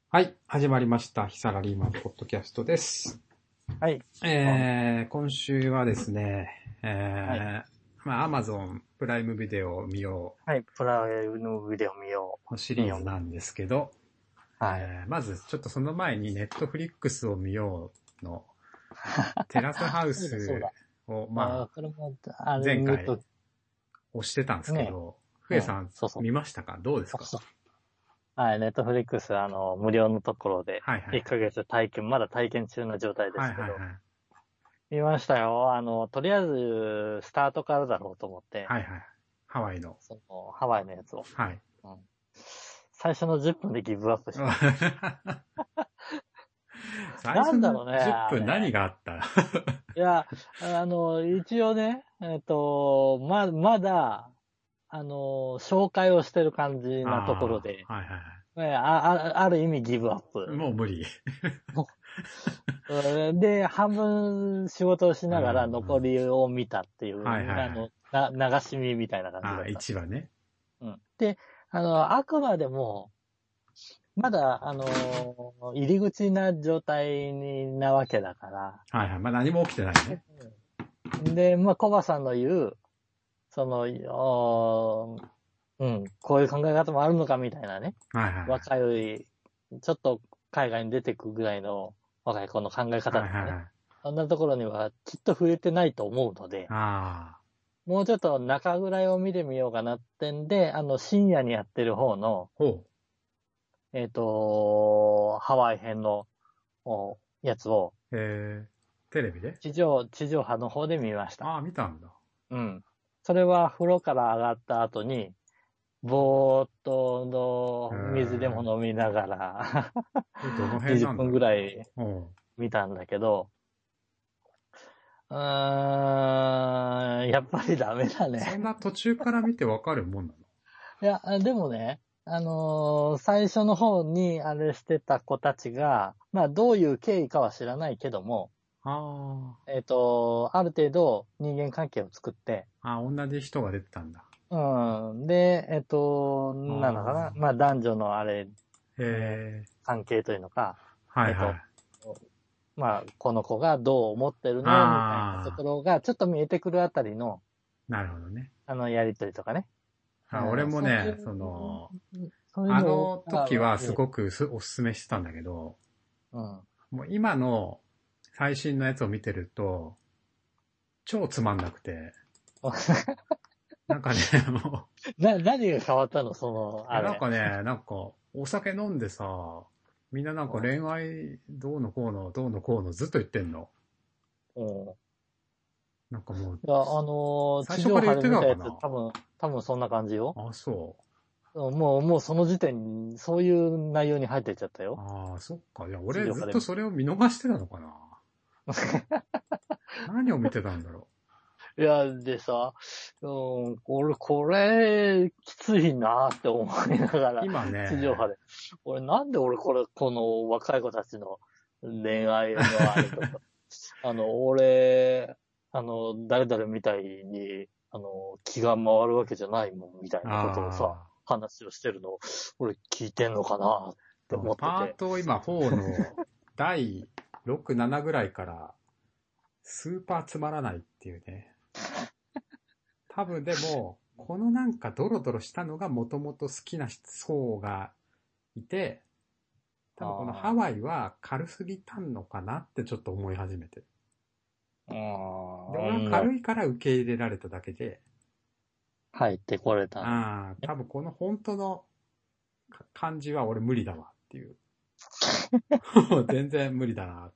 はい、始まりました。ヒサラリーマンポッドキャストです。 はい。 今週はですね、 はい。 Amazon プライムビデオを見よはい。プライムビデオ見ようのシう。見よう。 リーズなんですけど、 はい。 まずちょっとその前にネットフリックスを見ようのテラスハウそうだ、そうスだ。 を、 これも、あれ前回見ると、 押してたんですけね。 ど、ふうん。 えさんそうそう。 見ましたか？どうですか？ そうそう。はい。ネットフリックス、無料のところで、 はいはい。 1ヶ月体験、まだ体験中の状態ではいすけど、 はいはい。 見ましたよ。とりあえず、スタートからだろうと思って、 はいはい。ハワイの。 ハワイのやつを。 はい。 うん。最初の10分でギブアップしました。 最初のなんだろうね、 10分何あれ。 があった？ いや、一応ね、まだ、紹介をしてる感じなところあで、 あ、はいはいはある意味ギブアッい。 プ。 もう無理。 で、半分仕事をしうん、 ながらうん。 残りを見たっていう、 はいはいはい。 流し見みたいな感じああ、 だった。 1話ね。 うん。で、あくまでも、まだ、入り口な状態なわけだから、 はいはい。まあ何も起きてないね。 で、コバさんの言う、その、こういう考え方もあるのかみたいなね。 はいはい若い、ちょっと海外に出てくぐらいの若い子の考えはい。 方とかね。 はいはいはい。 そんなところにはきっと触れてないと思うので、 あもうちょっと中ぐらいを見てみようかなってんで、深夜にやってる方の、 あ、ほう。 ハワイ編のやつをテレビで？ 地上波の方で見ました。 ああ、見たんだ。 うん。それは風呂から上がった後に、ぼーっとの水でも飲みながらどの辺 20 なんだ分ぐろらいう。うん。 見たんだけど、やっぱりダメだね。 そんな途中から見てわかるもんなの？ いや、でもね、最初の方にあれしてた子たちが、どういう経緯かは知らないけども、 あある程度人間関係を作って、 あ、ああ、同じ人が出てたんだ。 うん。で、なんだかな。 ああ、 男女のあれ、 へえ、 関係というのか、えっと、 はいはい。 この子がどう思ってるのみたいなとこああ、 ろが、ちょっと見えてくるあたりの、 なるほどね。 やりとりとかね。 あ、俺もね、 そういう、そういうあのの時は見る。 すごくおすすめしてたんだけど、 うん。 もう今の最新のやつを見てると、超つまんなくて、なんかね、も何が変わったのう、いやあれ。 お酒飲んでさ、みんななんかうん。 恋愛どうのこうの、どうのこうのずっと言ってんの。 うん。 なんかもう、 いや、地上波最初から言っで見たやつ、 てたのか多分そんな感じよ。 な。あ、そう。 もうその時点に、そういう内容に入ってっちゃったよ。 ああ、そっか。いや、 地俺ずっ上波で見て。 とそれを見逃してたのかな。何を見てたんだろいや、でさ、俺、これ、きついなって思いながう。 ら、 今ね、 地上波で。なんで俺この若い子たちの恋愛のあれとか、俺、誰々みたいに、気が回るわけじゃないもん、みたいなことをさ、 ああ、 話をしてるのを、俺聞いてんのかなってそう思ってて。 パート今4の第6、7ぐらいからスーパーつまらないっていうね。多分でも、このなんかドロドロしたのがもともと好きな層がいて、多分このハあワイは軽すぎたんのかなってちょっと思い始めてる。 あ、 で、俺は軽いから受け入れられただけで、 入ってこれたの。 ああ、多分この本当の感じは俺無理だわっていう。全然無理だなって。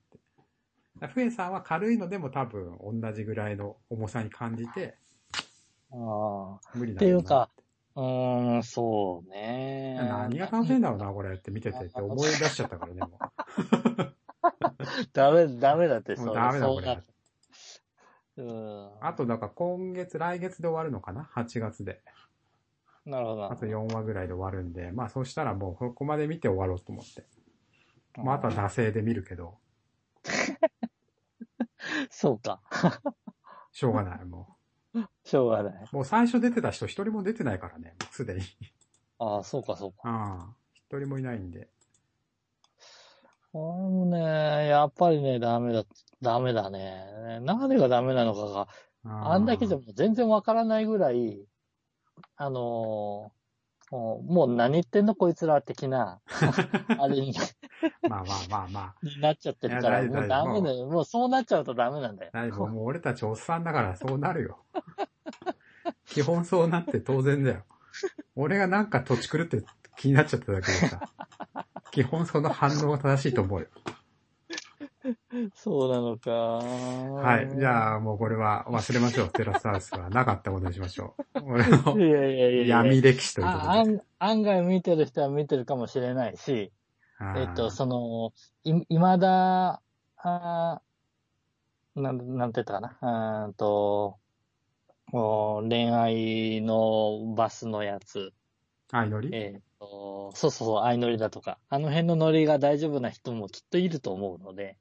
フエさんは軽いのでも多分同じぐらいの重さに感じてああ。 無理っていうか、 だろうなって。 そうね。 何が楽しいんだろうな、これって見ててって思い出しちゃったからね、もダメだって、 う。もうダメだ、これ。 そうなる。うん。 あと、だから来月で終わるのかな？ 8 月で。 なるほど、なあとるほど。 4話ぐらいで終わるんで、まあそうしたらもうここまで見て終わろうと思って。まああとは惰性で見るけど、 そうか。 しょうがない、もしょうがない。 う。もう最初出てた人一人も出てないからね、もうすでに。 ああ、そうか、そうか。 ああ、一人もいないんで。 これもね、やっぱりね、ダメだね。何がダメなのかが、あんだけじゃもう全然わからないぐらい、もう何言ってんのこいつら的な、あれにまあまあまあまあ。 になっちゃっていや、 るから、もうダメだもよ。もうそうなっちゃうとダメなんだよ。 もう俺たちおっさんだからそうなるよ。基本そうなって当然だよ。俺がなんか土地狂って気になっちゃっただけでさ。基本その反応は正しいと思うよ。 そうなのか。 はい。じゃあもうこれは忘れましょう。テラスハウスはなかったことにしましょう。俺いのやいやいやいや。 闇歴史ということで。 案外見てる人は見てるかもしれないし、 あ未だ、なんて言ったかな。恋愛のバスのやつ。 相乗りそうそう、相乗りだとか。あの辺の乗りが大丈夫な人もきっといると思うので、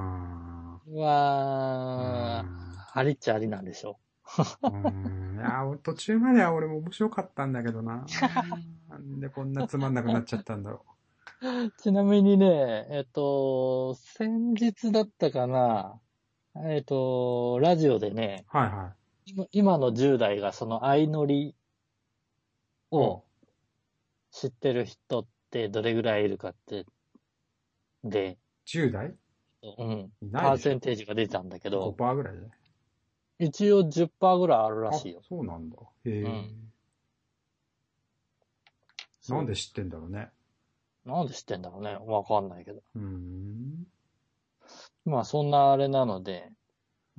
ありっちゃありなんでしょいや、途中までは俺も面白かったんだけどな。なんでこんなつまんなくなっちゃったんだろう。ちなみにね、先日だったかな。ラジオでね、 う。はいはい。 今の10代がその相乗りを知ってる人ってどれぐらいいるかって、で、 10代うん、 いないでしょ。 パーセンテージが出たんだけど、 5%ぐらいで。 一応10%ぐらいあるらあ、 しいよ。 そうなんだ。へえ、 うん。 なんそで知ってんだろうね。 う。なんで知ってんだろうね。わかんないけど。 ん。 まあ、そんなあれなので、うん。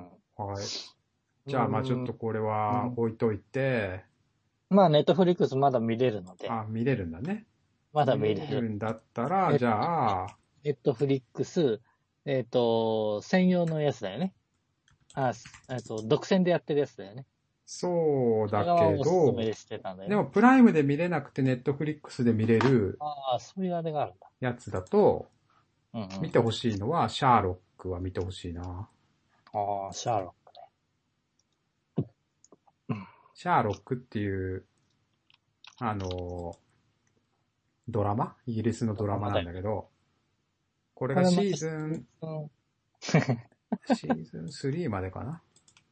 はい。 うじゃあまあちょっん。 とこれはうん、 置いといて、 まあ、ネットフリックスまだ見れるので、 見れるんだね。 まだ見れ見れる。 るんだったら、 え、 じゃあ、 ネットフリックス、専用のやつだよね。独占でやってるやつだよね。 そうだそれがけど、 おすすめでしてたんだよね。 でもプライムで見れなくてネットフリックスで見れるああ、そういうあれがあるんだ。 やつだと、 うんうん。 見てほしいのは、シャーロックは見てほしいな。 ああ、シャーロックね。 シャーロックっていう、あの、ドラマイギリスのドラマなんドラマだよ。 だけど、これこれまた、 がシーズン3までかな。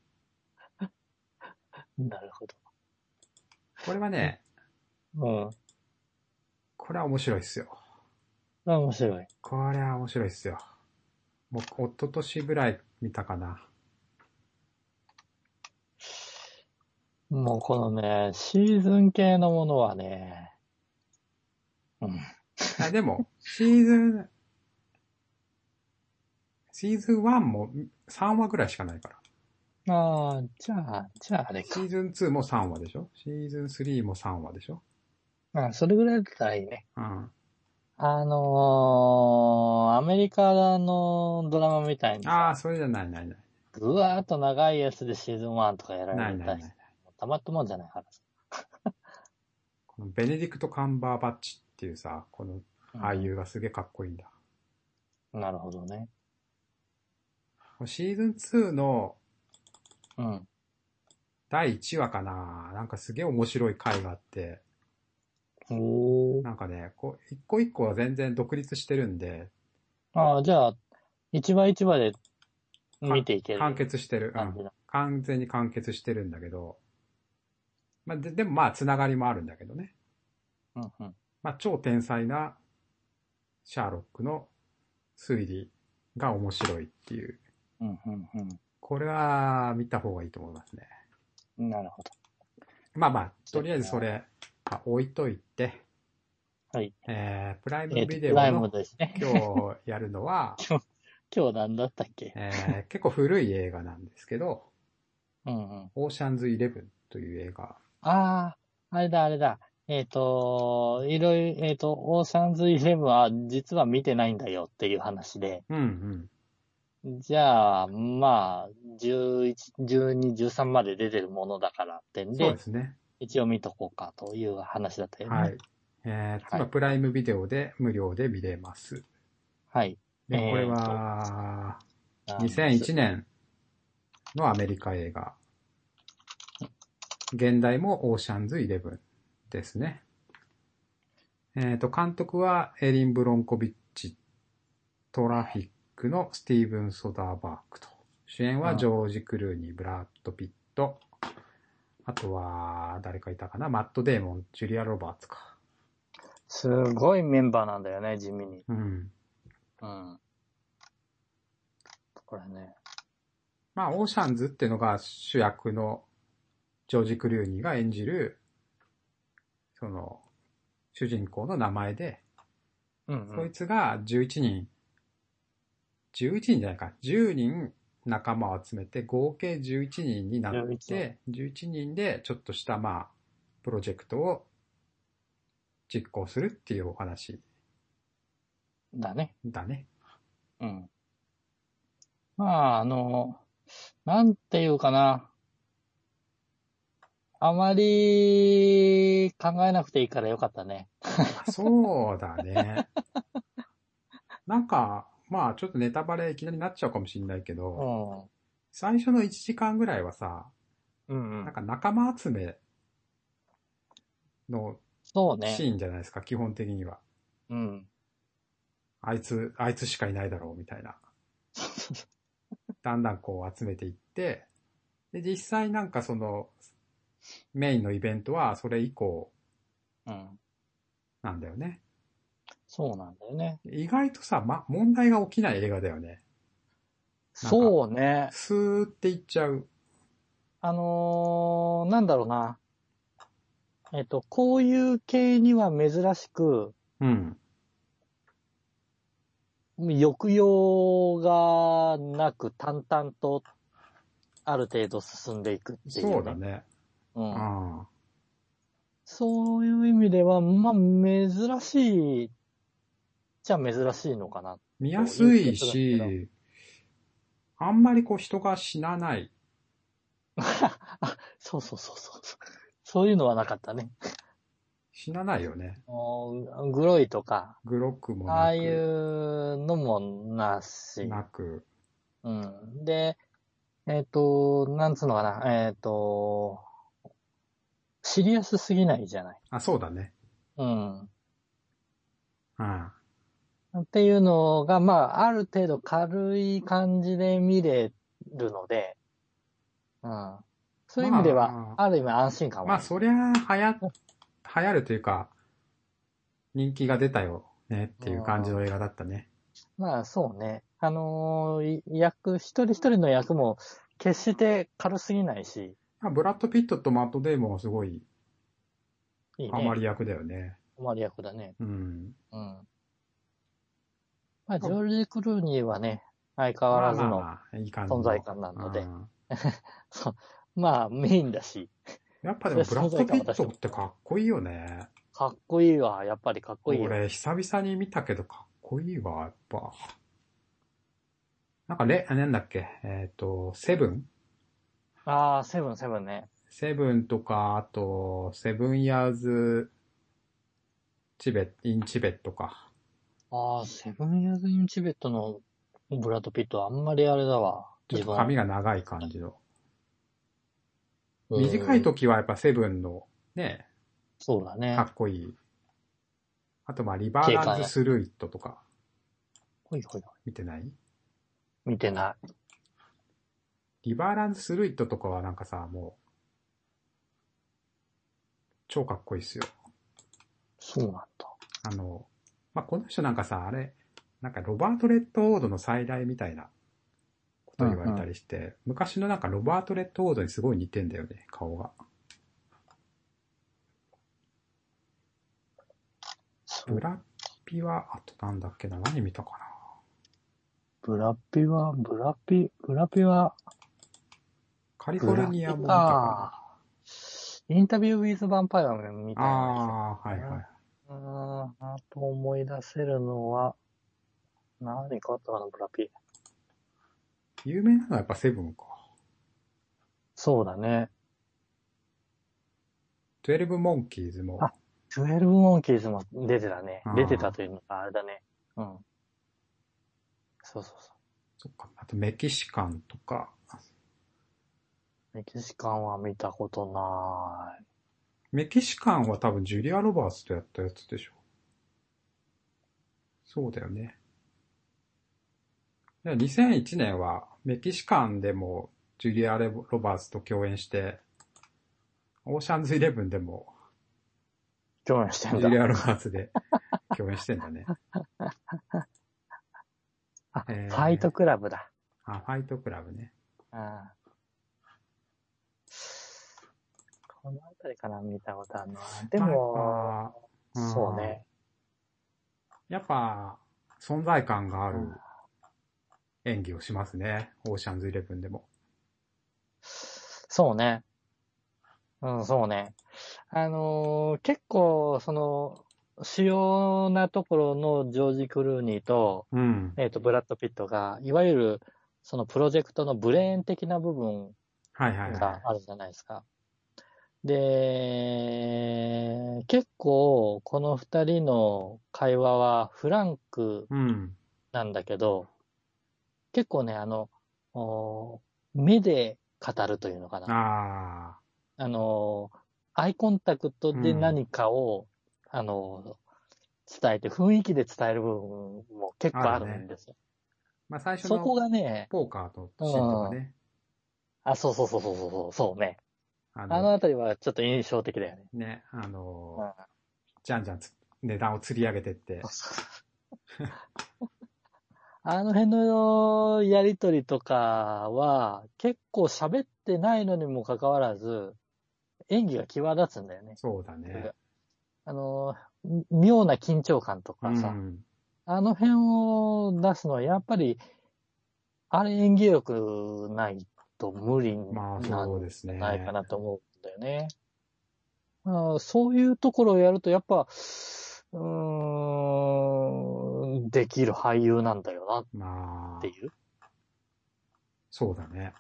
なるほど。 これはね、 うん。 これは面白いっすよ。 面白い。 これは面白いっすよ。もう、一昨年ぐらい見たかな。 もうこのね、シーズン系のものはね、うん。 でも、シーズン1も3話ぐらいしかないから。 ああ、じゃああれか。 シーズン2も3話でしょシーズン3も3話でしょまあ、それぐらいだったらいいね。 うん。 アメリカのドラマみたいにさ、 それじゃないないない。 ぐわーっと長いやつでシーズン1とかやられたり、 ないないない。 たまったもんじゃないからさ。 このベネディクト・カンバーバッチっていうさ、この俳優うがすげえかっこいいんだ。 ん。なるほどね。 シーズン2のうん。 第1話かななんかすげえ面白い回があって、 おー。 なんかね、一個一個は全然独立してるんで、 ああ、じゃあ、一話一話で見ていけ完る結してる。うん。 感じだ。 完全に完結してるんだけど、でもまあ、つながりもあるんだけどね。 うんうん。 まあ、超天才なシャーロックの推理が面白いっていう。 うんうんこれは見た方がいいと思いますね。 うん。なるほど。 まあまあ、 じゃとりあえずそれ、置いといて、 あ、はい。 プライムビデプライムオのですね。 今日やるのは、 今日何だったっけ？ 結構古い映画なんですけど、 うんうん。 オーシャンズイレブンという映画。 ああ、あれだ、あれだ。いろいろ、オーシャンズイレブンは実は見てないんだよっていう話で。 うんうん。 じゃあ、まあ、11、12、13まで出てるものだからってんで、 そうですね。 一応見とこうかという話だったよね。 はい。今、 はい。 プライムビデオで無料で見れます。 はい。 で、これは、2001 なんです。 年のアメリカ映画。現代もオーシャンズイレブンですね。監督はエリン・ブロンコビッチトラフィックのスティーブン・ソダーバーグと。主演はジョージ・クルーニー、ブラッド・ピット。あとは、誰かいたかな、マット・デーモン、ジュリア・ロバーツか。 すごいメンバーなんだよね、地味に。 うん。 うん。これね。 まあ、オーシャンズっていうのが主役のジョージ・クルーニーが演じる、その、主人公の名前で、 うんうん。 そいつが11人じゃないか、10人仲間を集めて合計11人になっ 11 て、11人でちょっとしたまあ、プロジェクトを実行するっていうお話だね。 だね。 うん。まあ、なんていうかな。あまり考えなくていいからよかったね。 そうだね。なんか、まあちょっとネタバレいきなりなっちゃうかもしれないけうど、 ん。 最初の1時間ぐらいはさ、 うんうん。 なんか仲間集めのそうね。 シーンじゃないですか、基本的には。 うん。 あいつしかいないだろうみたいな。だんだんこう集めていって、で、実際なんかその、メインのイベントはそれ以降うん。 なんだよね。 そうなんだよね。 意外とさ、問題が起きない映画だよね。なんか、 そうね。 スーっていっちゃう。 なんだろうな。こういう系には珍しく、 うん。 抑揚がなく淡々とある程度進んでいくっていうね。 そうだね。 うん。 ああ。 そういう意味では、まあ、珍しいじゃ珍しいのかな、 見やという気がすいするんだけど。 し、あんまりこう人が死なない。 あ、そうそうそうそう。そういうのはなかったね。 死なないよね。 グロいとか、 グロくもああいなく、 うのもなし。 なく。 うん。で、なんつうのかな、シリアスすぎないじゃない。 あ、そうだね。 うん。 うん。 っていうのが、まあ、ある程度軽い感じで見れるので、うん。そういう意味では、 まあ、 ある意味安心感はある。 そりゃ流行るというか、人気が出たよねっていう感じの映画だったね。 まあ、そうね。一人一人の役も決して軽すぎないし、 ブラッド・ピットとマット・デーモンはすごいいいね。 ハマり役だよね。 ハマり役だね。 うん。 うん。まあ、ジョージ・クルーニーはね、相変わらずのいい感じの。 存在感なうので、 ん。 そう。まあ、メインだし、 やっぱでそれもブラッド・存在感ピットは出しても。 ってかっこいいよね。 かっこいいわ。やっぱりかっこいいよ。 俺、久々に見たけどかっこいいわ、やっぱ。なんかなんだっけ、セブンああ、セブンセブンね。 セブンとか、あと、セブンヤーズインチベットか。 ああ、セブンイヤーズ・イン・チベットのブラッド・ピットはあんまりあれだわ。 ちょっと髪が長い感じの。 う短いん。 時はやっぱセブンのね、 そうだかね。 っこいい。あとリバーランズ・警官や。 スルーイットとか、 ほいほいほい。 見てない？ 見てない。 リバーランズ・スルーイットとかはなんかさ、もう、超かっこいいっすよ。 そうなんだ。 この人なんかさ、あれ、なんかロバート・レッドウォードの再来みたいなこと言われたりして、昔のなんかロバート・レッドウォードにすごい似てんだよね、顔が。ブラピは、あとなんだっけな、何見たかな。 ブラピは、 カリフォルニアも見たかインタビュー・ウィズ・ヴァンパイアも見な。 たような気がすああ、はいるな。 はい。 あと思い出せるのは、何かあったかな、ブラピ。 有名なのはやっぱセブンか。 そうだね。 12モンキーズも。 あ、12モンキーズも出てたね。出てたああ、 というのがあれだね。うん。そうそうそそっか。あとメキシカンとか。 う。メキシカンは見たことなメキシカンは多分ジュリア・ロバーツとやったやつでしょ。そうだよね。 で2001年はメキシカンでもジュリア・ロバーツと共演して、オーシャンズイレブンでも共演してんだ。 ジュリア・ロバーツで共演してんだね。 ファイトクラブだ。 ファイトクラブね。 このあたりかな、見たことあるのは。でも、そうね。 やっぱ、存在感がある演技をしますね。オーシャンズイレブンでも。 そうね。そうね。結構、主要なところのジョージ・クルーニーと、ブラッド・ピットが、いわゆる、そのプロジェクトのブレーン的な部分があるじゃないですか。で、結構、この二人の会話はフランクなんだけど、結構ね、目で語るというのかな。アイコンタクトで何かを、伝えて、雰囲気で伝える部分も結構あるんですよ。 まあ最初そこのがね、 ポーカーのシーンとかね。 そうね。あのあたりはちょっと印象的だよね。 ね、じゃんじゃん値段を釣り上げてって。 あの辺のやりとりとかは、結構喋ってないのにもかかわらず、演技が際立つんだよね。 そうだね。 妙な緊張感とかさ、あの辺を出すのはやっぱり、あれ演技力ないと無理なんじゃないかなと思うんだよね。そういうところをやるとやっぱ、できる俳優なんだよなっていう。 そうだね。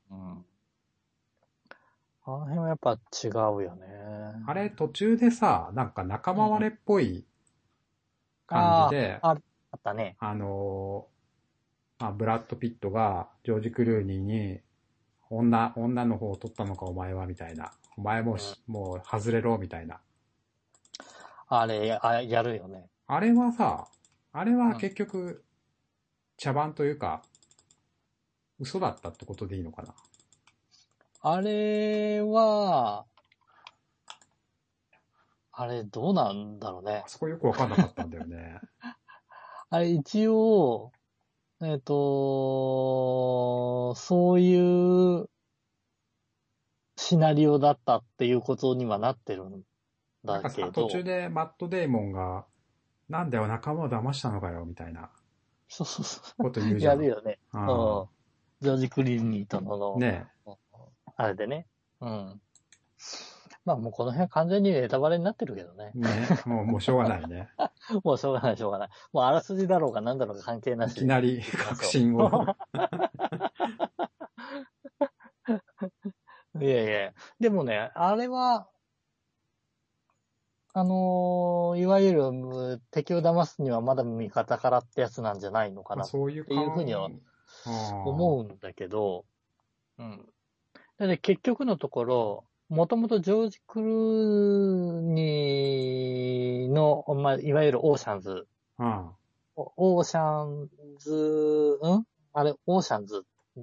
あの辺はやっぱ違うよね。 あれ途中でさ、なんか仲間割れっぽい感じで、 あったね。 ブラッド・ピットがジョージ・クルーニーに、女の方を取ったのかお前はみたいな。お前もう外れろみたいな。 あれ、やるよね。 あれはさ、あれは結局、茶番というか、嘘だったってことでいいのかな。 あれは、あれどうなんだろうね。 あそこよくわかんなかったんだよね。 あれ一応、そういうシナリオだったっていうことにはなってるんだなんかさ、途けど。 中でマット・デイモンが、なんだよ仲間を騙したのかよみたいなこと言うじゃん。 やるよね。ジョージ・クリーニーとの、 ねあれでね。まあもうこの辺完全にネタバレになってるけどね。 ね、もうしょうがないね。 もうしょうがない。もうあらすじだろうが何だろうが関係なし。 いきなり確信を。 いやいや。でもね、あれは、いわゆる敵を騙すにはまだ味方からってやつなんじゃないのかなっていうふうには思うんだけど、で結局のところ、もともとジョージ・クルーニーの、いわゆるオーシャンズ。オーシャンズ、オーシャンズって、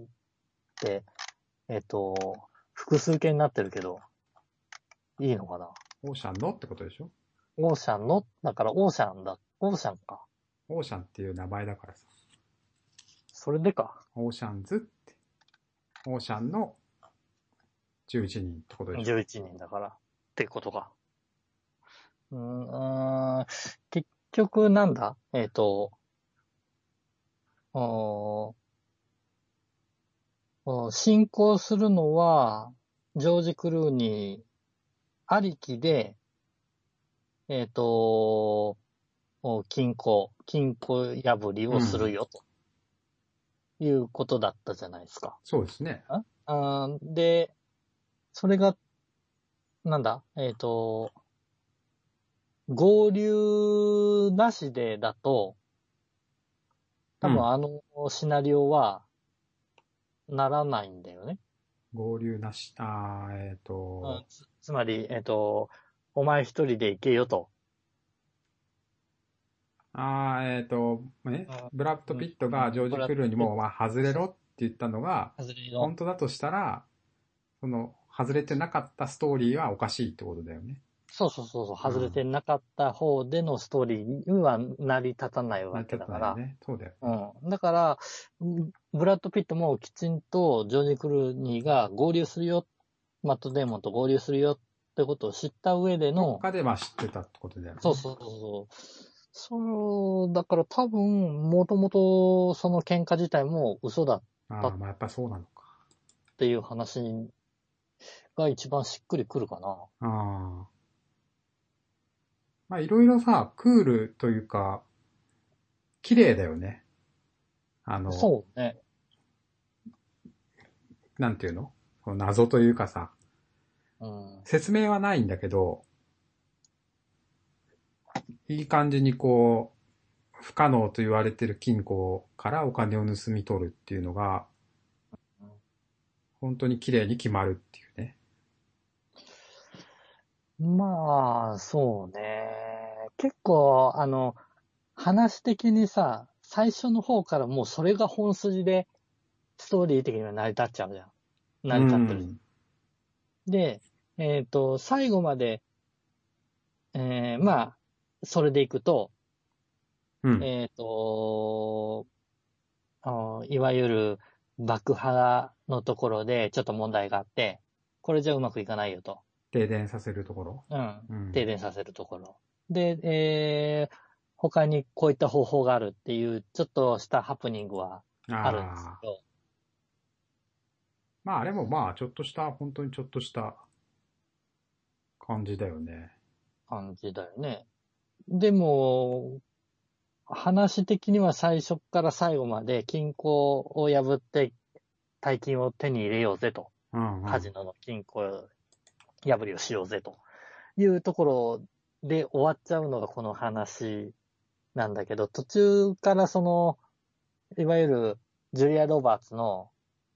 複数形になってるけど、いいのかな？ オーシャンのってことでしょ？ オーシャンの、だからオーシャンだ。オーシャンか。 オーシャンっていう名前だからさ。 それでか。 オーシャンズって。オーシャンの11人ってことでしょ？ 11人だから。ってことか。結局なんだ進行するのは、ジョージ・クルーニーありきで、金庫破りをするよ、ということだったじゃないですか。 そうですね。 で、それが、なんだ合流なしでだと、多分あのシナリオは、ならないんだよね。 合流なし、 つまり、お前一人で行けよと。 ブラッド・ピットがジョージ・クルーにも、まあ、外れろって言ったのが、 外れの本当だとしたら、外れてなかったストーリーはおかしいってことだよね。 そう、外れてなかった方でのストーリーには成り立たないわなっちゃっけだから。 たよね。そうだようね。 ん。だから、ブラッド・ピットもきちんとジョージ・クルーニーが合流するよ、マット・デーモンと合流するよってことを知った上での、 どっかでまあ知ってたってことだよね。 だから多分、もともとその喧嘩自体も嘘だっああ、まあやっぱそうなのか。 ていう話が一番しっくりくるかな。 ああ。まあいろいろさ、クールというか、綺麗だよね。 そうね。 なんていうのこの謎というかさ、 うん。 説明はないんだけど、いい感じにこう、不可能と言われてる金庫からお金を盗み取るっていうのが、本当に綺麗に決まるっていうね。 まあ、そうね。結構、話的にさ、最初の方からもうそれが本筋で、ストーリー的には成り立っちゃうじゃん。成うり立ってる。 ん。 で、最後まで、まあ、それでいくと、 うん。 えっと、いわゆる爆破のところでちょっと問題があって、これじゃうまくいかないよと。 停電させるところ。 うん。 うん。 停電させるところ。で、他にこういった方法があるっていう、ちょっとしたハプニングはあるんですああ。 けど、 まああれもまあちょっとした、本当にちょっとした感じだよね。 感じだよね。でも、話的には最初から最後まで金庫を破って大金を手に入れようぜと。 うんうん。 カジノの金庫破りをしようぜというところで終わっちゃうのがこの話なんだけど、途中からいわゆるジュリア・ロバーツの、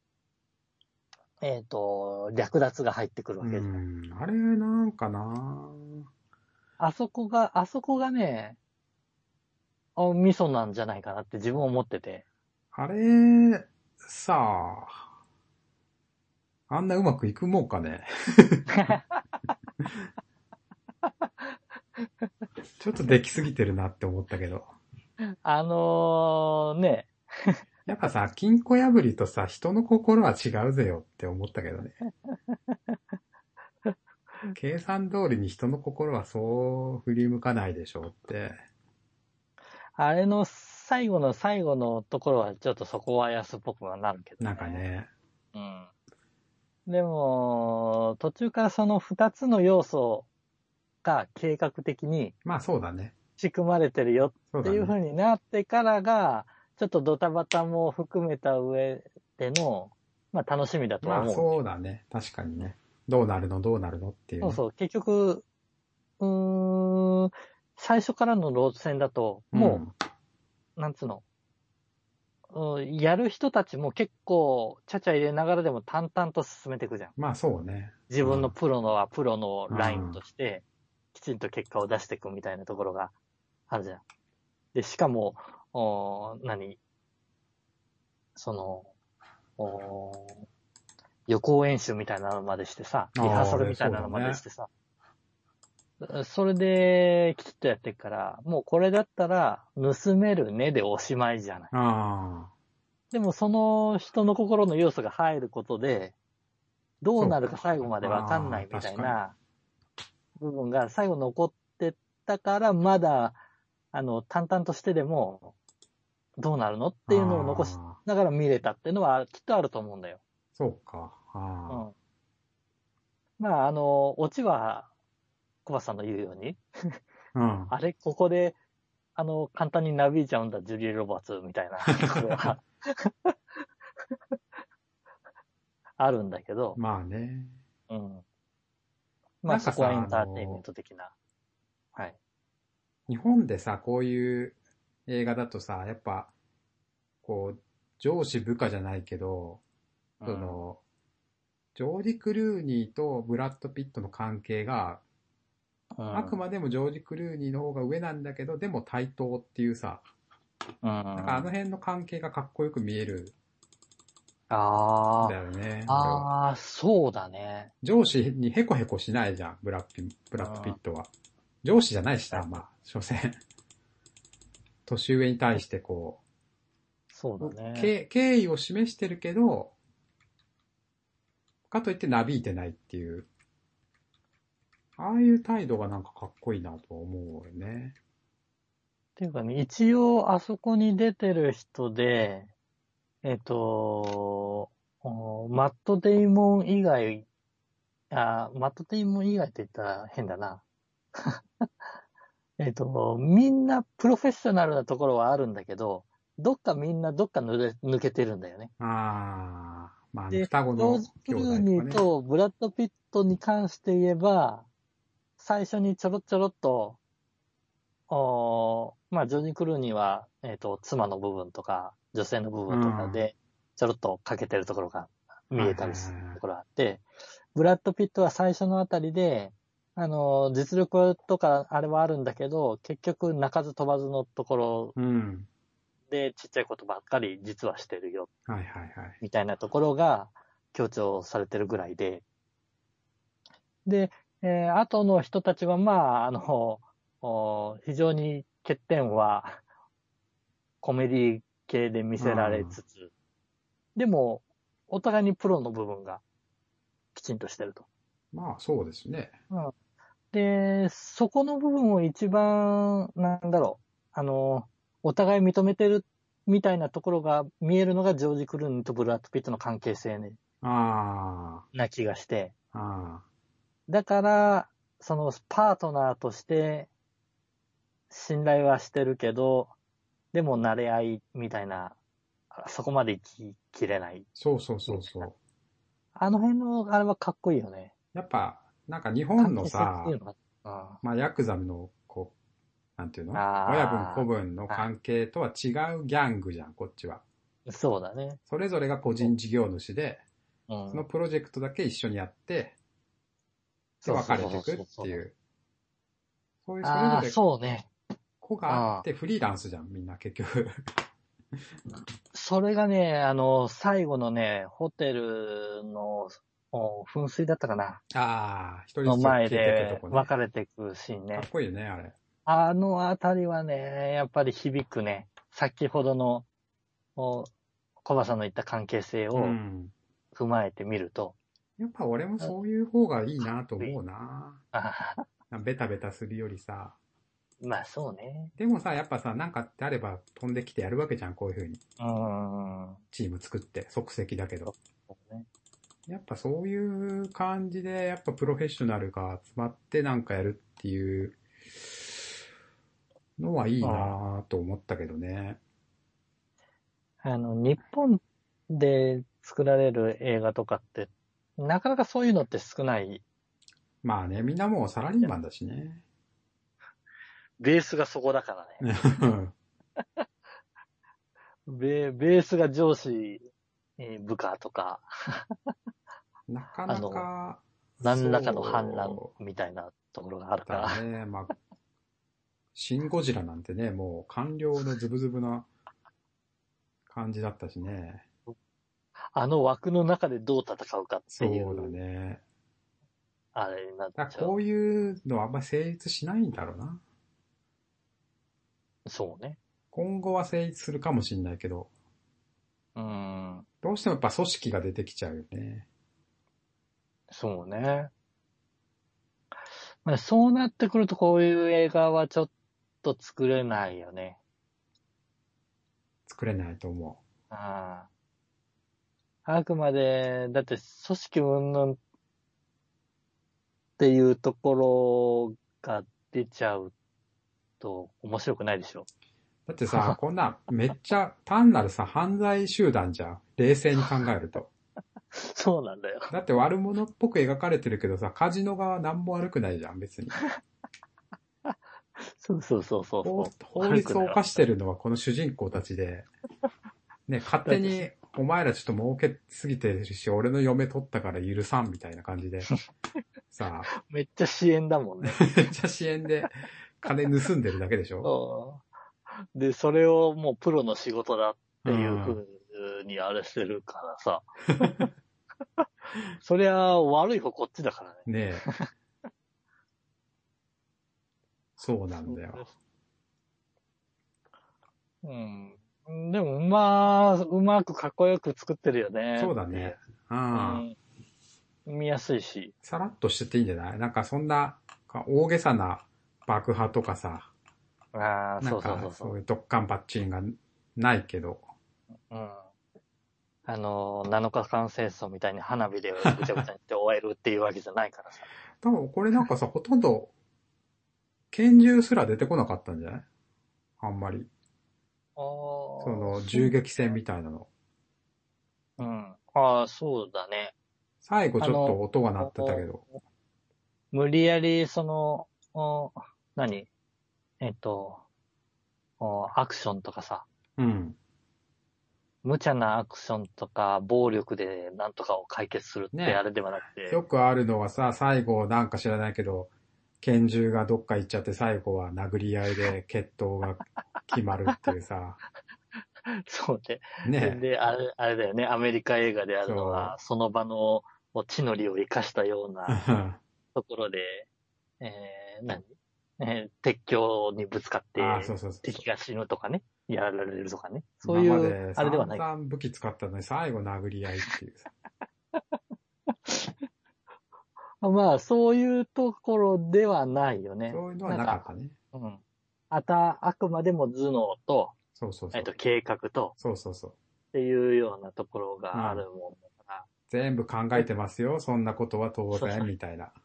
略奪が入ってくるわうけじゃん。 ん。あれなんかな。 あそこがね、ミソなんじゃないかなって自分は思ってて。 あれ、さあ、あんなうまくいくもんかね。ちょっとできすぎてるなって思ったけど。 ね、 やっぱさ、金庫破りとさ、人の心は違うぜよって思ったけどね。計算通りに人の心はそう振り向かないでしょうって。 あれの最後の最後のところはちょっとそこは安っぽくはなるけどなんかね。 ね。 うん。でも、途中からその二つの要素が計画的にまあそうだね。 仕組まれてるよっていうそうだね。 風になってからが、ちょっとドタバタも含めた上での、まあ楽しみだとはまあ思うんだよ。 そうだね。確かにね。どうなるのどうなるのっていうね。 そうそう。結局、最初からの路線だと、もうん。 う、なんつうの、やる人たちも結構、ちゃちゃ入れながらでも淡々と進めていくじゃん。 まあそうね。 自分のうん。 プロのはプロのラインうん。 として、きちんと結果を出していくみたいなところがあるじゃん。で、しかも、その、予行演習みたいなのまでしてさ、リハーああ、 サあれルみたいなのそうだね。 までしてさ、それできちっとやっていくから、もうこれだったら盗めるねでおしまいじゃない。 ああ、 でもその人の心の要素が入ることで、どうそうなるか最後までわかんなか。ああ、 いみた確かに。 いな部分が最後残ってたから、まだ、淡々としてでも、どうなるのっていうのを残しああ、 ながら見れたっていうのはきっとあると思うんだよ。 そうか。あうん。まあ、オチは、コバさんの言うように、 あ、うん。 あれ、ここで、簡単になびいちゃうんだ、ジュリー・ロバーツみたいなところはあるんだけど、 まあね。 うん。まあ、そこはエなんかさ、 ンターテインメント的な。はい。 日本でさ、こういう映画だとさ、やっぱ、こう、上司部下じゃないけど、 うん。 その、ジョージ・クルーニーとブラッド・ピットの関係が、 あくまでもジョージ・クルーニーの方が上なんだけど、でも対等っていうさ、なんかあの辺の関係がかっこよく見えるんだよね、俺は。 ああ、そうだね。 上司にヘコヘコしないじゃん、ブラッド・ピットは。上司じゃないしさ、まあ、所詮。年上に対してこそうだう、 ね。 敬意を示してるけど、かといってなびいてないっていう、ああいう態度がなんかかっこいいなと思うよね。 っていうかね、一応あそこに出てる人で、えっと、マット・デイモン以外、マット・デイモン以外って言ったら変だな。みんなプロフェッショナルなところはあるんだけど、みんなどっか抜けてるんだよね。 ああ、まあで、 双子のジョージ・ク兄ルーニー弟とかね。 とブラッド・ピットに関して言えば、最初にちょろちょろっと、まあ、ジョージ・クルーニーは、妻の部分とか、女性の部分とかうん。 で、ちょろっと欠けてるところが見はいはいえたりするはい。 ところがあって、ブラッド・ピットは最初のあたりで、実力とかあれはあるんだけど、結局鳴かず飛ばずのところうん。 でちっちゃいことばっかり実はしてるよ、 はいはいはい。 みたいなところが強調されてるぐらいで、で、後の人たちは、まあ、非常に欠点はコメディ系で見せられうん。 つつ、でも、お互いにプロの部分がきちんとしてると。 まあそうですね。 うん、で、そこの部分を一番、お互い認めてるみたいなところが見えるのがジョージ・クルーニーとブラッド・ピットの関係性あな気がして、 あ、ああ。 だから、そのパートナーとして信頼はしてるけど、でも慣れ合いみたいな、そこまで行ききれないそうそうそみたいな。 うそう。 あの辺のあれはかっこいいよね。 やっぱ、なんか日本の関係性っていさ、 うのが。 まあヤクザの、こう、なんていうの親分子あ分のあ、は関係とは違うギャングじゃん、こっちは。 い。そうだね。 それぞれが個人事業主で、 うん。 そのプロジェクトだけ一緒にやって、で、 そう別そうそうれてくっそうそう。 ていう、そういうそれああ、 ぞれそうね。 子があっああ。 てフリーランスじゃん、みんな結局。 それがね、最後のね、ホテルの、噴水だったかなああ、一人のずつ前消えていくとでこね。 別れていくシーンね。 かっこいいよね、あれ。 あのあたりはね、やっぱり響くね。先ほどの、コバさんの言った関係性うをん。 踏まえてみると、 やっぱ俺もあそういう方がいいなといい思うな。 あベタベタするよりさ。 まあそうね。 でもさ、やっぱさ、なんかってあれば飛んできてやるわけじゃん、こういう風に。 うーん。 チーム作って、即席だけど。 そうね。 やっぱそういう感じで、やっぱプロフェッショナルが集まってなんかやるっていうのはいいうんなと思ったけどね。 日本で作られる映画とかって、なかなかそういうのって少ない。 まあね、みんなもうサラリーマンだしね。 ベースがそこだからね。ベースが上司、部下とか、 なかなか、 何らかの反乱そうみたいなところがあるから。 だね。まあ、シン・ゴジラなんてね、もう官僚のズブズブな感じだったしね。 あの枠の中でどう戦うかっていそうだう、 ね。 あれになっだからこうちゃう。 いうのはあんまり成立しないんだろうな。 そうね。 今後は成立するかもしれないけど、 うん。 どうしてもやっぱ組織が出てきちゃうよね。 そうね。まあ、そうなってくるとこういう映画はちょっと作れないよね。 作れないと思ああくまで、だって組織云々っていうところが出ちゃうと面白くないでしょ。 う。だってさ、こんなめっちゃ単なるさ、犯罪集団じゃん。冷静に考えると。 そうなんだよ。 だって悪者っぽく描かれてるけどさ、カジノ側なんも悪くないじゃん、別に。 そうそうそうそうそう。 法律を犯してるのはこの主人公たちで、ね、勝手に、お前らちょっと儲けすぎてるし、俺の嫁取ったから許さんみたいな感じで、 さ、 めっちゃ支援だもんね。 めっちゃ支援で金盗んでるだけでしょ。 で、それをもうプロの仕事だっていううん風にあれしてるからさ。そりゃ悪い方こっちだからね。 ねえ。そうなんだよ。 うん。でも、うまくかっこよく作ってるよね。 そうだね。うん。 見やすいし。 さらっとしてていいんじゃない？なんかそんな大げさな爆破とかさ、 ああ、そうそうなんかそうそそういうドッカンバッチンがないけど。 う。うん。7日間戦争みたいに花火でぐちゃぐちゃにして終えるっていうわけじゃないからさ。 多分これなんかさ、ほとんど拳銃すら出てこなかったんじゃない？あんまり。 ああ、 そのそう銃撃戦みたいなの。 うん。ああ、そうだね。 最後ちょっとあの、 音が鳴ってたけど。 無理やり、何えっと、アクションとかさ、 うん。 無茶なアクションとか、暴力でなんとかを解決するってあね。 れではなくて、 よくあるのはさ、最後なんか知らないけど、拳銃がどっか行っちゃって最後は殴り合いで決闘が決まるっていうさ。 そうで、 ね。 で、あれだよね、アメリカ映画であるのそは、その場の地の利を生かしたようう。 なところで、何鉄橋にぶつかっああ、そてうそうそうそう。 敵が死ぬとかね、やられるとかね、そう今まいう、 で散あれではない。 々武器使ったのに最後殴り合いっていうさ。 まあ、そういうところではないよね。 そういうのはなんか、 なかったね。 うん。あくまでも頭脳と、 そうそうそう。 計画と、 そうそうそっていうようなところう。うがあん。 るもんだか全部考えてますよ。そんなことは当ら。 然、みたいな。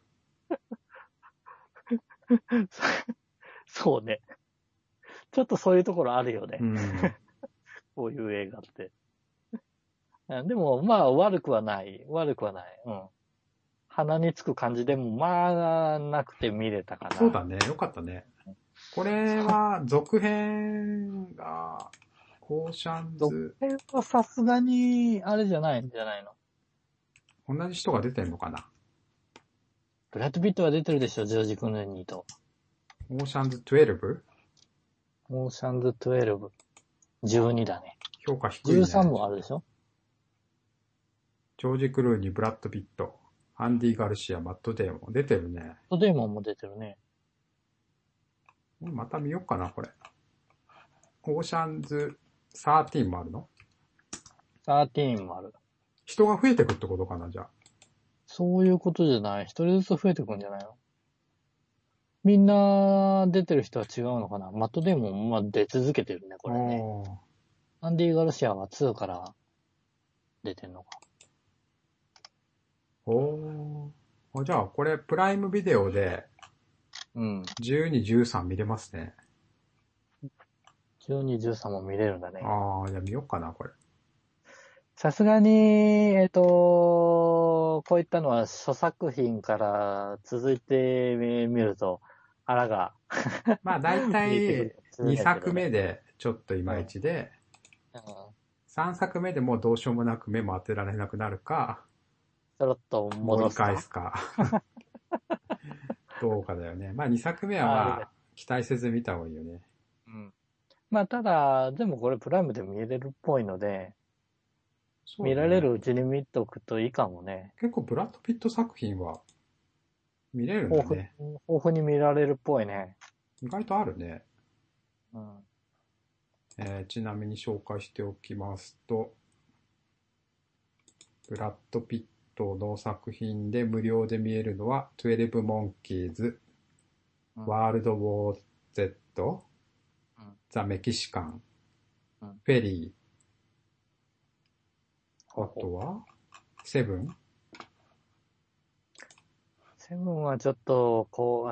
そうね。ちょっとそういうところあるよね。 うん。 こういう映画って。でも、まあ、悪くはない。悪くはない。うん。鼻につく感じでも、まあ、なくて見れたかな。 そうだね。よかったね。これは、続編が、オーシャン続ズ、 編はさすがに、あれじゃないんじゃないの？ 同じ人が出てんのかな？ ブラッド・ピットは出てるでしょ、ジョージ・クルーニーと。 オーシャンズ 12？ オーシャンズ12。12だね。 評価低いね。 13もあるでしょ？ ジョージ・クルーニー、ブラッド・ピット、アンディ・ガルシア、マット・デーモン。出てるね。 トデーモンも出てるね。 また見よっかな、これ。オーシャンズ13もあるの？ 13もある。 人が増えてくってことかな、じゃあ。 そういうことじゃない。一人ずつ増えてくんじゃないの？みんな出てる人は違うのかな。マットデーモンもまあ出続けてるね、これね。アンディ・ガルシアは2から出てんのか。 じゃあ、これ、プライムビデオで、 うん。 12、13見れますね。 12、13も見れるんだね。 じゃあ見よっかな、これ。 さすがに、こういったのは諸作品から続いて見ると、腹がまあ、だいた見えてくいるかもしれ 2 ないけどね。 作目でちょっといまいちで、 うん。 3作目でもうどうしようもなく目も当てられなくなるか、 ちょろっと盛り戻すか。 返すか、どうかだよね。まあ、2作目はあれが。 まあ、期待せず見た方がいいよね。 うん。まあ、ただ、でもこれプライムで見れるっぽいので、見られそうだね。 るうちに見とくといいかもね。 結構ブラッド・ピット作品は見れるんだ豊ね。 富、豊富に見られるっぽいね。 意外とあるね。 うん。 ちなみに紹介しておきますと、ブラッド・ピットの作品で無料で見えるのは、12モンキーズ、 うん、 ワールド・ウォー・ Z、 うん、 ザ・メキシカン、 うん。 フェリー、あほうほう。 とは、セブン。 セブンはちょっと、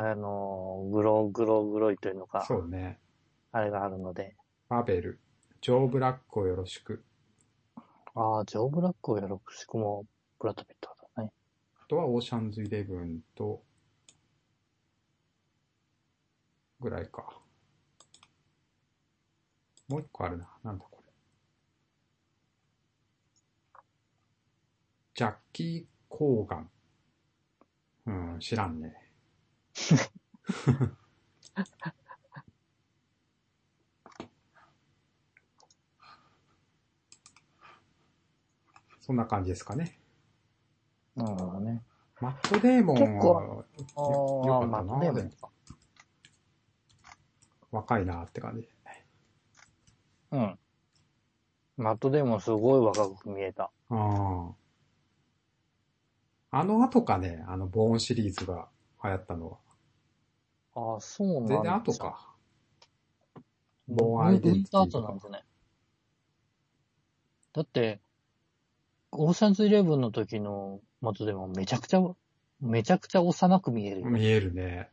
グロいというのか、 そうね。 あれがあるので。 バベル、ジョー・ブラックをよろしく。 ああ、ジョー・ブラックをよろしくも、ブラッド・ピットだね。 あとはオーシャンズ・イレブンと、ぐらいか。もう一個あるな。なんだこれ。ジャッキー・コーガン。 うん、知らんね。そんな感じですかね。 なるほどね。 マットデーモン結構、 はよかっマットたな。でもデーモンか。 若いなって感じ。 うん。マットデーモンすごい若く見えた。 ああ。あの後かね、ボーンシリーズが流行ったのは。 ああ、そう全然なんじゃ。 後か。ボーンアイデンティうんうんとティとか。 後なんじゃない？だって、オーシャンズイレブンの時のマットデーモンめちゃくちゃ幼く見えるよ。 見えるね。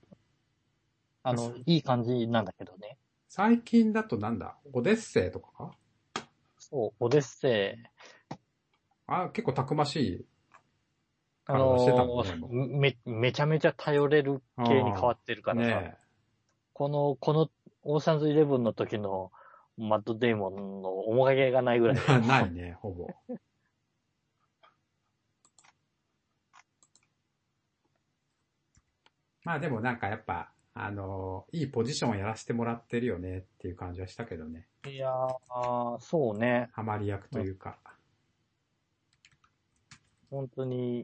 いい感じなんだけどね。 最近だとなんだオデッセイとかか。 そう、オデッセイ。 あ、結構たくましいあ体してたもんね、もめちゃめちゃ頼れるう。 系に変わあってるあ。 からさ、 ねこのオーシャンズイレブンの時のマットデーモンの面影がないぐえ。 らいだよ。 ないね、ほぼ。まあでもなんかやっぱ、いいポジションをやらせてもらってるよねっていう感じはしたけどね。 いやー、そうね。 ハマり役とうん、 いうか。 本当に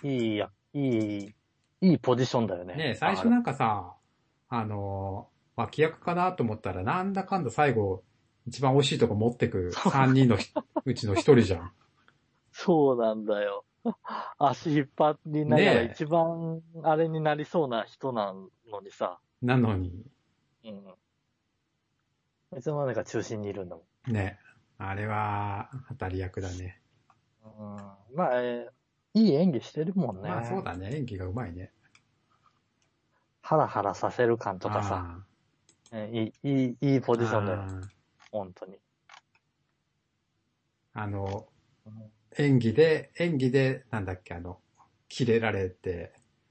いいポジションだよね。 ね最初なんかさ、脇役かなと思ったらなんだかんだ最後、一番美味しいとこ持ってくそう、 3人のうちの1人じゃん。 そうなんだよ。足引っ張りながらね一番あれになりそうな人なのにさ、 なのに、 うん。いつの間にか中心にいるんだもねあれは当たり役だね。 ん。うん。まあ、いい演技してるもんまあそうね。 だね、演技がうまいね。 ハラハラさせる感とかさ、 あいいポあ、 ジションだよ。 あ本当に。 あ、 うん、 演技で、なんだっけ、キレられて、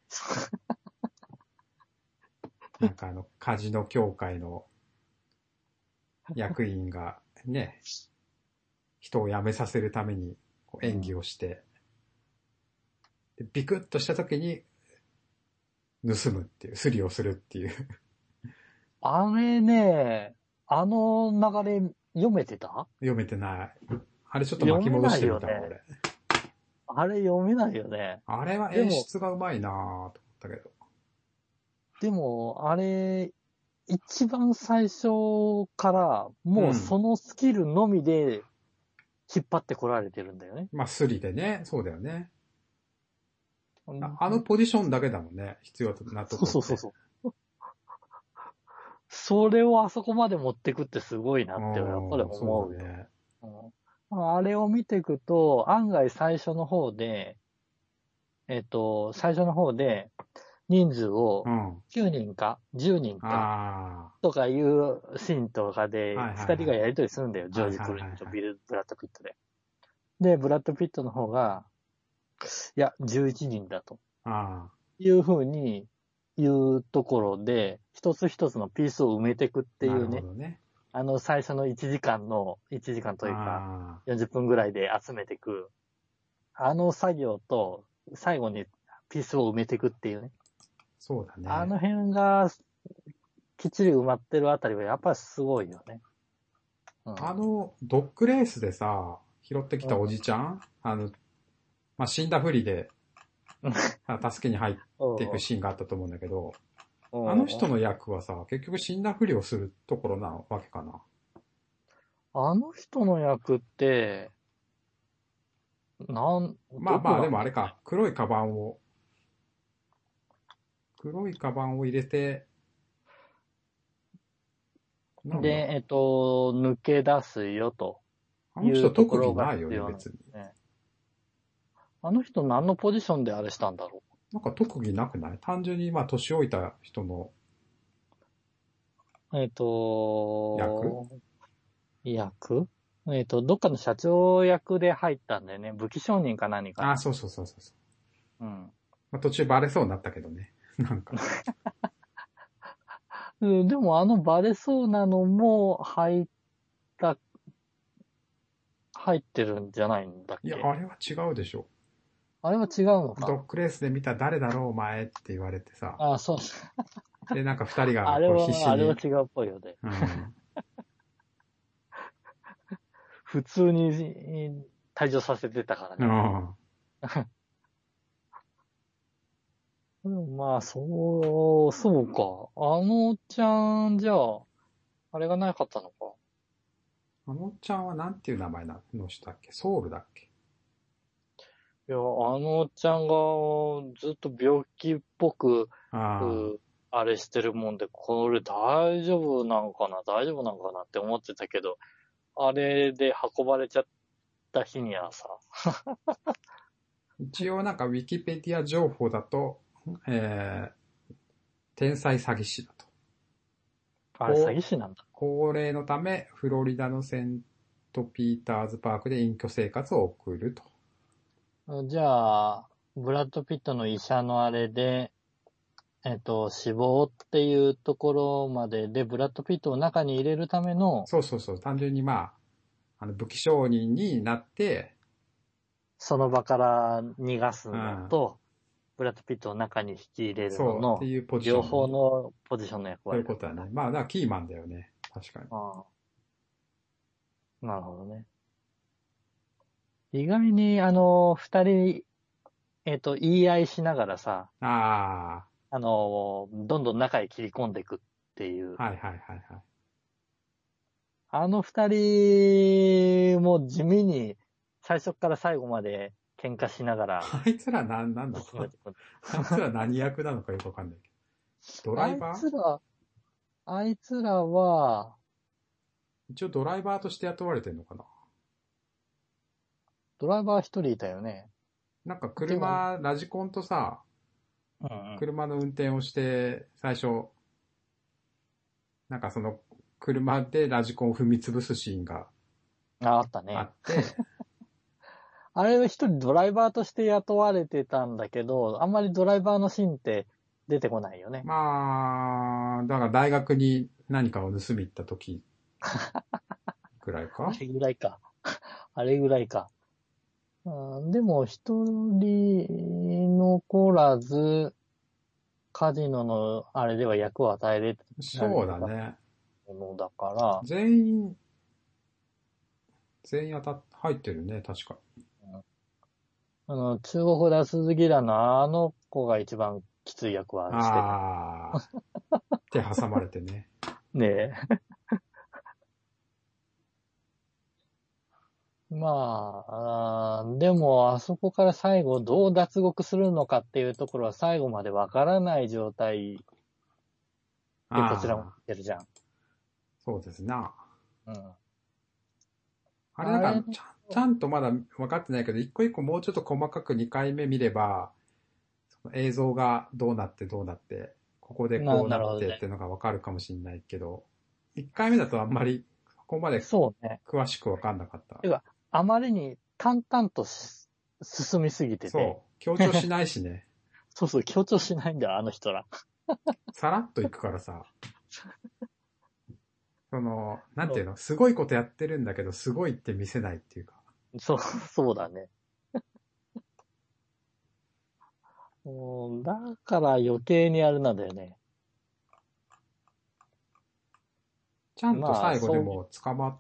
なんかカジノ協会の役員がね、人を辞めさせるためにこう演技をして、でビクッとした時に盗むっていう、スリをするっていう。 あれね、あの流れ読めてた？ 読めてない。あれちょっと巻き読めな戻してみたわ、 いよね。 俺。 あれ読めないよね。 あれは演でも、 出がうまいなぁと思ったけど。 あれ、一番最初から、もううん。 そのスキルのみで引っ張ってこられてるんだよね。 まあ、スリでね、そうだよね。 うんあのポジションだけだもんね、必要なとそうこって。 そうそうそう。それをあそこまで持ってくってすごいなうってやっぱりん、そうだ思うよ。 ね。 あれを見ていくと、案外最初の方で、最初の方で人数をうん。 9人か10人かあとかいうシーンとかあ、 で、 はいはいはい。 二人がやりとりするんだよ。ジョージ・はいはいクルーニーはいはい。 とブラッド・ピットで。で、ブラッド・ピットの方が、いや、11人だとあいうふうに言うところで、一つ一つのピースを埋めていくっあ、なるていうね、 ほどね。 最初の1時間というか、 ああ、 40分ぐらいで集めていく、あの作業と、最後にピースを埋めていくっていうね。 そうだね。 あの辺がきっちり埋まってるあたりはやっぱりすごいよね。うん。 ドッグレースでさ、拾ってきたおうん。 じちゃんまあ、死んだふりで、助けに入っていくシーンがあったと思うんだけど、あの人の役はさ、結局死んだふりをするところなわけかな。 あの人の役って、どまあまあ、でこなんだろもあれか、黒いカバンを入れて、なう。 んだ。 で、抜け出すよとあの人いうとこ特ろが技ないよね、 必要なん別に。 ですね。あの人何のポジションであれしたんだろなんか特技なくない単純にまあ年老いた人のう。 役役どっかの社長役で入ったんだよね。武器商人か何かあ、 の。 そうそうそうそうそう。 うん。 まあ、途中バレそうになったけどね。なんか。 うんでもバレそうなのも入ってるんじゃないんだっいや、 け？ あれは違うでしょ。 あれは違うのか。 ドッグレースで見た誰だろうお前って言われてさ。 あ、そう。 で、なんか二人があれこう必死はに。 違うっぽいよね。 うん。 普通に退場させてたからうね。 ん。 まあ、そうか。あのおっちゃん、じゃあ、あれがなかったのか。 あのちゃんはなんていう名前なの人だっけ？ソウルだっけ？ いや、あのおっちゃんがずっと病気っぽく、 ああれしてるもんで、これ大丈夫なのかなって思ってたけど、あれで運ばれちゃった日にはさ、 一応なんかウィキペディア情報だと、え天才詐欺師だと。 あれ詐欺師なんだ。 高齢のため、フロリダのセントピーターズパークで隠居生活を送ると。 じゃあ、ブラッド・ピットの医者のあれで、死亡っていうところまでで、ブラッド・ピットを中に入れるための、 そうそうそう。単純にまあ、武器商人になって、 その場から逃がすうん、 のと、ブラッド・ピットを中に引き入れるのそうっての、 いうポジショ両方ンね。 のポジションの役そうい割だったんだ。 うことだね。まあ、だからキーマンだよね。確かに。 ああ、なるほどね。意外に、二人、言い合いしながらさ、 あどんどん中へ切り込んでいくっていう。 あ、はいはいはいはい。 あの二人も地味に最初から最後まで喧嘩しながらあいつらなんだと。 進めていく。 あいつら何役なのかよくわかんないけど。ドライあいバー？ つら、あいつらは、 一応ドライバーとして雇われてんのかな？ ドライバー一人いたよね。 なんかてか、 ラジコンとさ、 うんうん。 車の運転をして、最初、なんかその、車でラジコンを踏み潰すシーンがあったあね。 って、 あれは一人ドライバーとして雇われてたんだけど、あんまりドライバーのシーンって出てこないよね。 まあ、だから大学に何かを盗み行った時ぐらいか？ あれぐらいか。あれぐらいか。でも、一人残らず、カジノのあれでは役を与えられそうてただね。 ものだから、 全員入ってるね、確か。 中国ダスギラのあの子が一番きつい役はしてた。 あ手挟まれてね。 ねえ。までも、あそこから最後どう脱獄するのかっていうところは最後までわからない状態でこちらもああ、 見てるじゃん。 そうですな。 うん。 あれなんあれ、 か、ちゃんとまだ分かってないけど、一個一個もうちょっと細かく2回目見れば、その映像がどうなってどうなって、ここでこうななるほどね。 ってっていうのが分かるかもしれないけど、1回目だとあんまりそこまでそうね。 詳しく分かんなかった。 てか、あまりに淡々と進みすぎてて、 そう、強調しないしね。 そうそう、強調しないんだよ、あの人ら。 さらっといくからさ、その、なんていうその、すごいことやってるんだけど、すごいって見せないっていうか。 そうだね。だから余計にあれなんだよね。 ちゃんとまあ、 最後でそう、 も捕まって、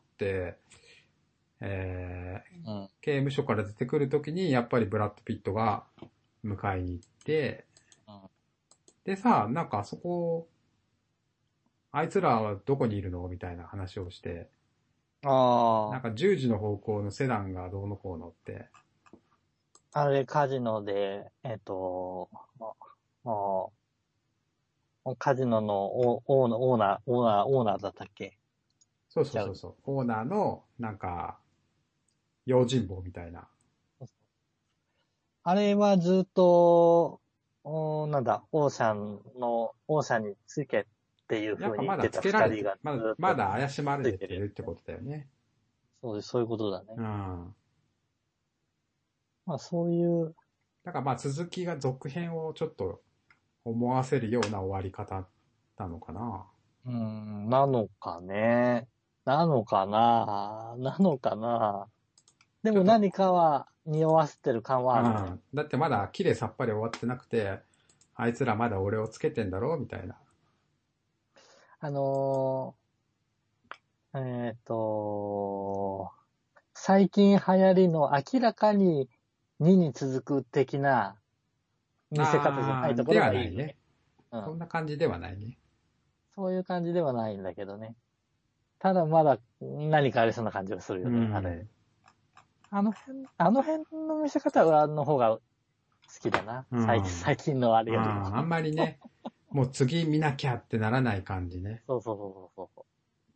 うん。 刑務所から出てくるときに、やっぱりブラッド・ピットが迎えに行って、でさ、なんかあそこ、あいつらはどこにいるのみたいな話をして、なんあか10時の方向のセダンがどうのこうのって、 あ、あれカジノで、カジノのオーナーだったっけ？ そうそうちゃう。 そうそう、オーナーの、なんか、用心棒みたいな。 あれはずっと、なんだ、オーシャンにつけっていうやっぱまだつ風に言ってたけられて、 二人がずっとまだ怪しまついてれてるってるよね。 ことだよね。 そういうことだね。 うん。 まあそういう、 だからまあ続きが続編をちょっと思わせるような終わり方なのかな。 なのかね。なのかな。でもちょっと、 匂わせてる感はあるね。 うん。だってまだ綺麗さっぱり終わってなくて、あいつらまだ俺をつけてんだろみたいな。 あのー、えっ、と最近流行りの明らかに2に続く的な見せ方じゃないとこでろはないね。 がいいよね。うそんん。 な感じではないね。 そういう感じではないんだけどね。ただまだ何かありそうな感じがするうよね、あれ。 ん。 あの辺の見せ方の方が好きだな。 うん。 最近のあれよりも。 あんまりね、もう次見なきゃってならない感じね。 そうそうそうそうそう。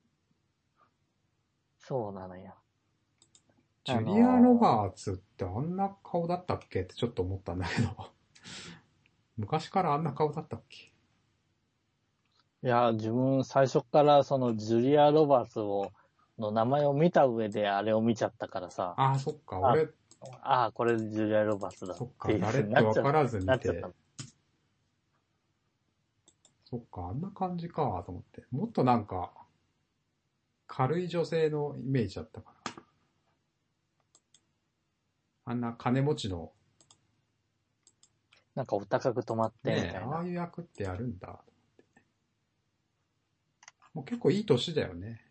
そうなのよ。 ジュリア・ロバーツってあんな顔だったっけってちょっと思ったんだけど。昔からあんな顔だったっけ？ いや、自分最初からそのジュリア・ロバーツの名前を見た上であれを見ちゃったからさ、 ああ、そっか。 あ俺、 これジュリア・ロバーツだっそっか。 ていう風誰ってになっちゃっ分からず見て、 なっちゃったの。 そっか。あんな感じかと思って。もっとなんか、軽い女性のイメージだったから。あんな金持ちの、 なんかお高く止まってみねえ、 たいな。 ああいう役ってやるんだ。もう結構いい年だよね。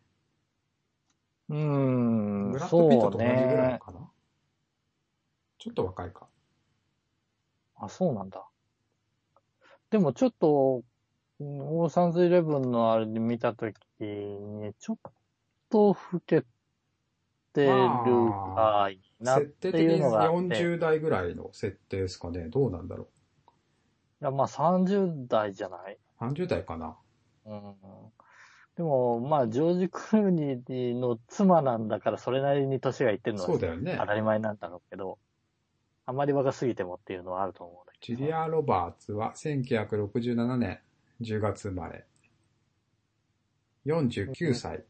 ブラッド・ピットそうと同じぐらいね。 かな。ちょっと若いか。 あ、そうなんだ。でもちょっと、オーシャンズイレブンのあれで見たときに、ちょっと老けてるまあ、 かいなっ設定的ていうのにがあって、 40代ぐらいの設定ですかね。どうなんだろいや、まあ30代じゃない。 う。30代かな。 うん。でも、まあ、ジョージ・クルーニーの妻なんだから、それなりに年がいってるのはそうだよ当ね。 たり前なんだろうけど、あまり若すぎてもっていうのはあると思うんだけどさ。 ジュリア・ロバーツは1967年10月生まれ。49歳。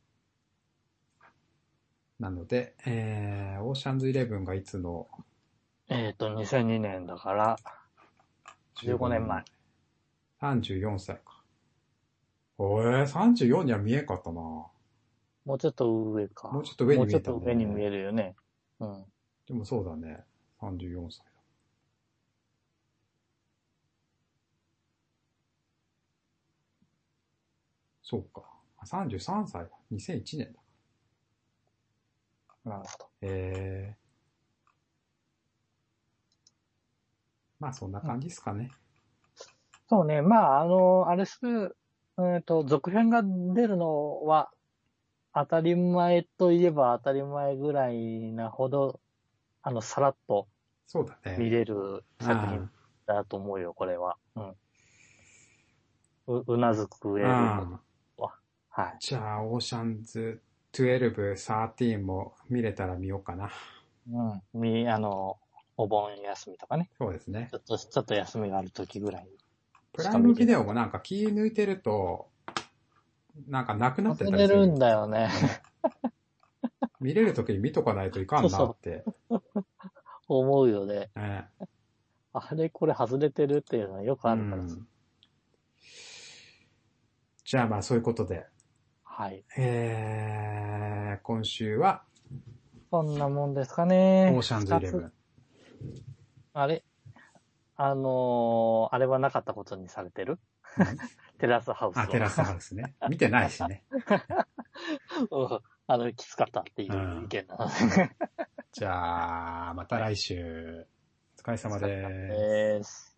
なので、オーシャンズイレブンがいつの 2002年だから、15 15 年前。 年前。34歳か。34には見えんかったな。ももうちょっと上か。 うちょっと上もうちょっに見えたと上に見ね。 えるよね。うん。 でもそうだね。34歳だ。そうか。33歳だ。2001年だ。 なるほど。 まあそんなうん、 感じですかね。 そうね。まあ、あれする、続編が出るのは当たり前といえば当たり前ぐらいなほど、さらっとそうだね。 見れる作品あだと思うよ、これは。うん。うなずくあ、 えることああ。 は。はい。 じゃあ、オーシャンズ12、13も見れたら見ようかな。 うん。お盆休みとかね。 そうですね。 ちょっと休みがある時ぐらいプしかライムビデ見れないから。 オもなんか気抜いてると、なんかなくなって忘たりする。 れるんだよね。 ね。見れるときに見とかないといかんなそうそう。 って。 思うよね。 ね。 あれこれ外れてるっていうのはよくうあるからさ。 ん。じゃあまあそういうことで、 はい。 今週はそんなもんですかね。 オーシャンズイ二つ。 レブン。 あれあれはなかったことにされてる何？ テラスハウステラスハウスね。見てないしね。 を。きつかったっていう意見なので。 じゃあ、また来週。お疲れ様お疲れ様です。 です。